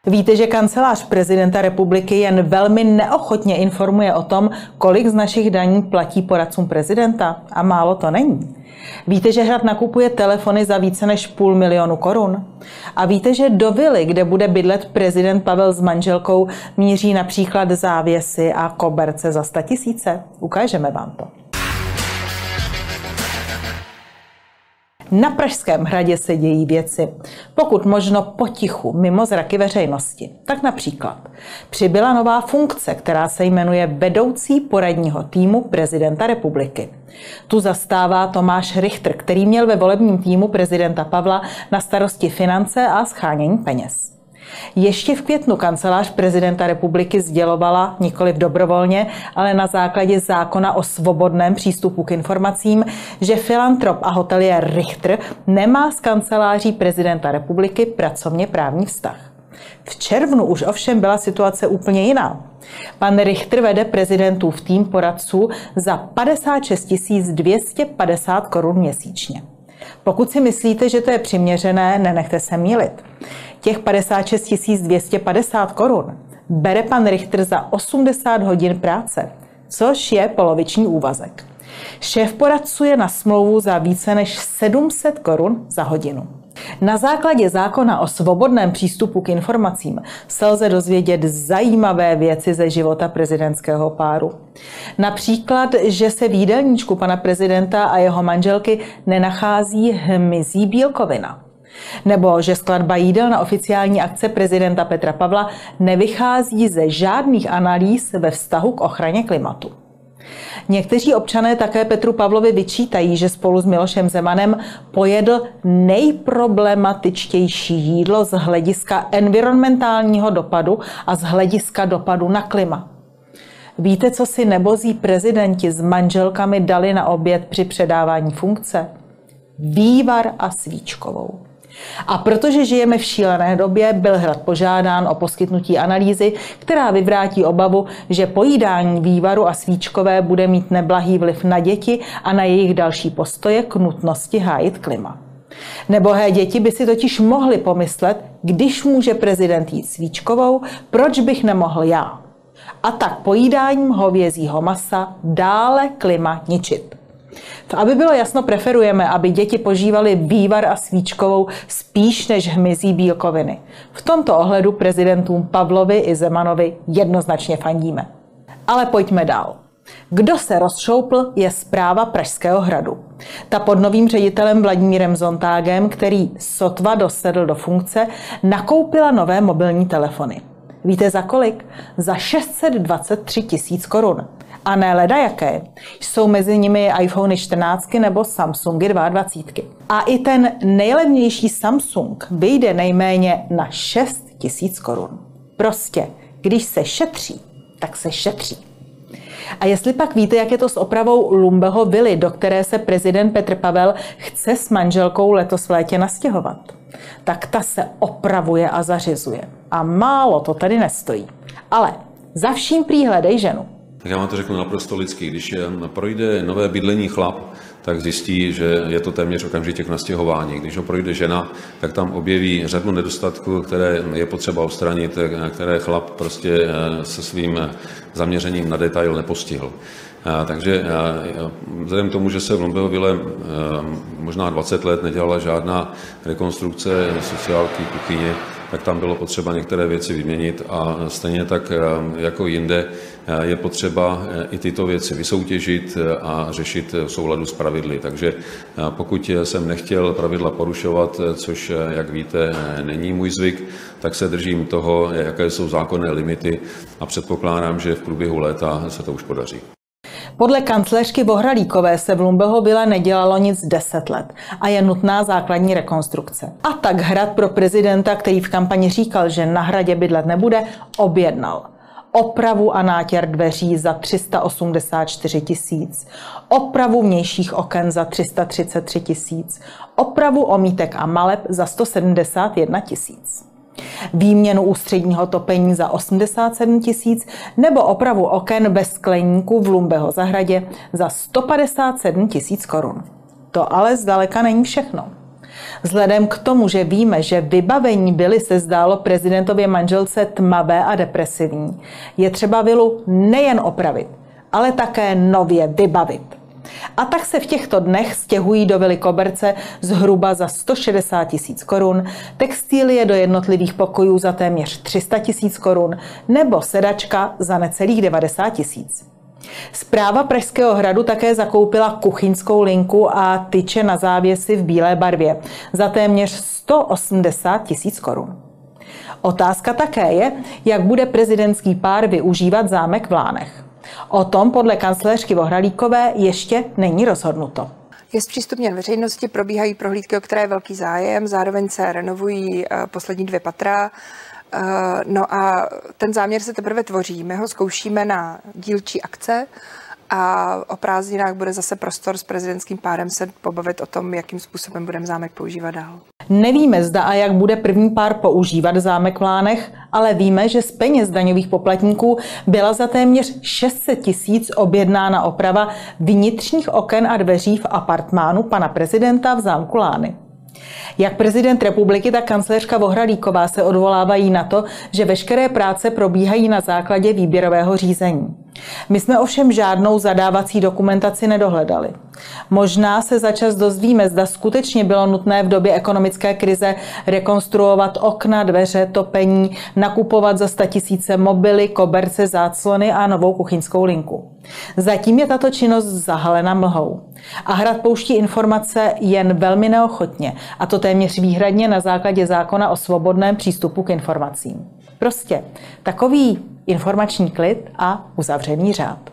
Víte, že kancelář prezidenta republiky jen velmi neochotně informuje o tom, kolik z našich daní platí poradcům prezidenta? A málo to není. Víte, že Hrad nakupuje telefony za více než 500 000 korun? A víte, že do vily, kde bude bydlet prezident Pavel s manželkou, míří například závěsy a koberce za 100 000? Ukážeme vám to. Na Pražském hradě se dějí věci, pokud možno potichu, mimo zraky veřejnosti. Tak například přibyla nová funkce, která se jmenuje vedoucí poradního týmu prezidenta republiky. Tu zastává Tomáš Richter, který měl ve volebním týmu prezidenta Pavla na starosti finance a shánění peněz. Ještě v květnu kancelář prezidenta republiky sdělovala, nikoliv dobrovolně, ale na základě zákona o svobodném přístupu k informacím, že filantrop a hotelier Richter nemá s kanceláří prezidenta republiky pracovně právní vztah. V červnu už ovšem byla situace úplně jiná. Pan Richter vede prezidentův tým poradců za 56 250 korun měsíčně. Pokud si myslíte, že to je přiměřené, nenechte se mýlit. Těch 56 250 korun bere pan Richter za 80 hodin práce, což je poloviční úvazek. Šéf poradců je na smlouvu za více než 700 korun za hodinu. Na základě zákona o svobodném přístupu k informacím se lze dozvědět zajímavé věci ze života prezidentského páru. Například, že se v jídelníčku pana prezidenta a jeho manželky nenachází hmyzí bílkovina. Nebo že skladba jídel na oficiální akce prezidenta Petra Pavla nevychází ze žádných analýz ve vztahu k ochraně klimatu. Někteří občané také Petru Pavlovi vyčítají, že spolu s Milošem Zemanem pojedl nejproblematičtější jídlo z hlediska environmentálního dopadu a z hlediska dopadu na klima. Víte, co si nebozí prezidenti s manželkami dali na oběd při předávání funkce? Vývar a svíčkovou. A protože žijeme v šílené době, byl Hrad požádán o poskytnutí analýzy, která vyvrátí obavu, že pojídání vývaru a svíčkové bude mít neblahý vliv na děti a na jejich další postoje k nutnosti hájit klima. Nebohé děti by si totiž mohly pomyslet, když může prezident jít svíčkovou, proč bych nemohl já? A tak pojídáním hovězího masa dále klima ničit. Aby bylo jasno, preferujeme, aby děti požívaly vývar a svíčkovou spíš než hmyzí bílkoviny. V tomto ohledu prezidentům Pavlovi i Zemanovi jednoznačně fandíme. Ale pojďme dál. Kdo se rozšoupl, je správa Pražského hradu. Ta pod novým ředitelem Vladimírem Zontágem, který sotva dosedl do funkce, nakoupila nové mobilní telefony. Víte za kolik? Za 623 000 korun. A ne ledajaké. Jsou mezi nimi iPhone 14 nebo Samsungy 22. A i ten nejlevnější Samsung vyjde nejméně na 6 000 korun. Prostě, když se šetří, tak se šetří. A jestli pak víte, jak je to s opravou Lumbeho vily, do které se prezident Petr Pavel chce s manželkou letos v létě nastěhovat, tak ta se opravuje a zařizuje. A málo to tady nestojí. Ale za vším prý hledej ženu. Tak já vám to řeknu naprosto lidsky. Když projde nové bydlení chlap, tak zjistí, že je to téměř okamžitě k nastěhování. Když ho projde žena, tak tam objeví řadu nedostatků, které je potřeba odstranit, které chlap prostě se svým zaměřením na detail nepostihl. Takže vzhledem k tomu, že se v Lumbeho vile možná 20 let nedělala žádná rekonstrukce sociálky, kuchyně, tak tam bylo potřeba některé věci vyměnit a stejně tak jako jinde je potřeba i tyto věci vysoutěžit a řešit v souladu s pravidly. Takže pokud jsem nechtěl pravidla porušovat, což, jak víte, není můj zvyk, tak se držím toho, jaké jsou zákonné limity a předpokládám, že v průběhu léta se to už podaří. Podle kancléřky Vohralíkové se v Lumbeho vile nedělalo nic 10 let a je nutná základní rekonstrukce. A tak Hrad pro prezidenta, který v kampani říkal, že na hradě bydlet nebude, objednal opravu a nátěr dveří za 384 000, opravu vnějších oken za 333 000, opravu omítek a maleb za 171 000. Výměnu ústředního topení za 87 000 nebo opravu oken bez skleníku v Lumbeho zahradě za 157 000 korun. To ale zdaleka není všechno. Vzhledem k tomu, že víme, že vybavení vily se zdálo prezidentově manželce tmavé a depresivní, je třeba vilu nejen opravit, ale také nově vybavit. A tak se v těchto dnech stěhují do vily Koberce zhruba za 160 000 korun, textilie do jednotlivých pokojů za téměř 300 000 korun nebo sedačka za necelých 90 000. Správa Pražského hradu také zakoupila kuchyňskou linku a tyče na závěsy v bílé barvě za téměř 180 000 korun. Otázka také je, jak bude prezidentský pár využívat zámek v Lánech. O tom podle kancléřky Vohralíkové ještě není rozhodnuto. Je zpřístupněn veřejnosti, probíhají prohlídky, o které je velký zájem, zároveň se renovují poslední 2 patra. No a ten záměr se teprve tvoří. My ho zkoušíme na dílčí akce a o prázdninách bude zase prostor s prezidentským párem se pobavit o tom, jakým způsobem budeme zámek používat dál. Nevíme, zda a jak bude první pár používat zámek v Lánech, ale víme, že z peněz daňových poplatníků byla za téměř 600 000 objednána oprava vnitřních oken a dveří v apartmánu pana prezidenta v zámku Lány. Jak prezident republiky, tak kancléřka Vohralíková se odvolávají na to, že veškeré práce probíhají na základě výběrového řízení. My jsme ovšem žádnou zadávací dokumentaci nedohledali. Možná se za čas dozvíme, zda skutečně bylo nutné v době ekonomické krize rekonstruovat okna, dveře, topení, nakupovat za 100 000 mobily, koberce, záclony a novou kuchyňskou linku. Zatím je tato činnost zahalena mlhou. A Hrad pouští informace jen velmi neochotně, a to téměř výhradně na základě zákona o svobodném přístupu k informacím. Prostě takový informační klid a uzavřený řád.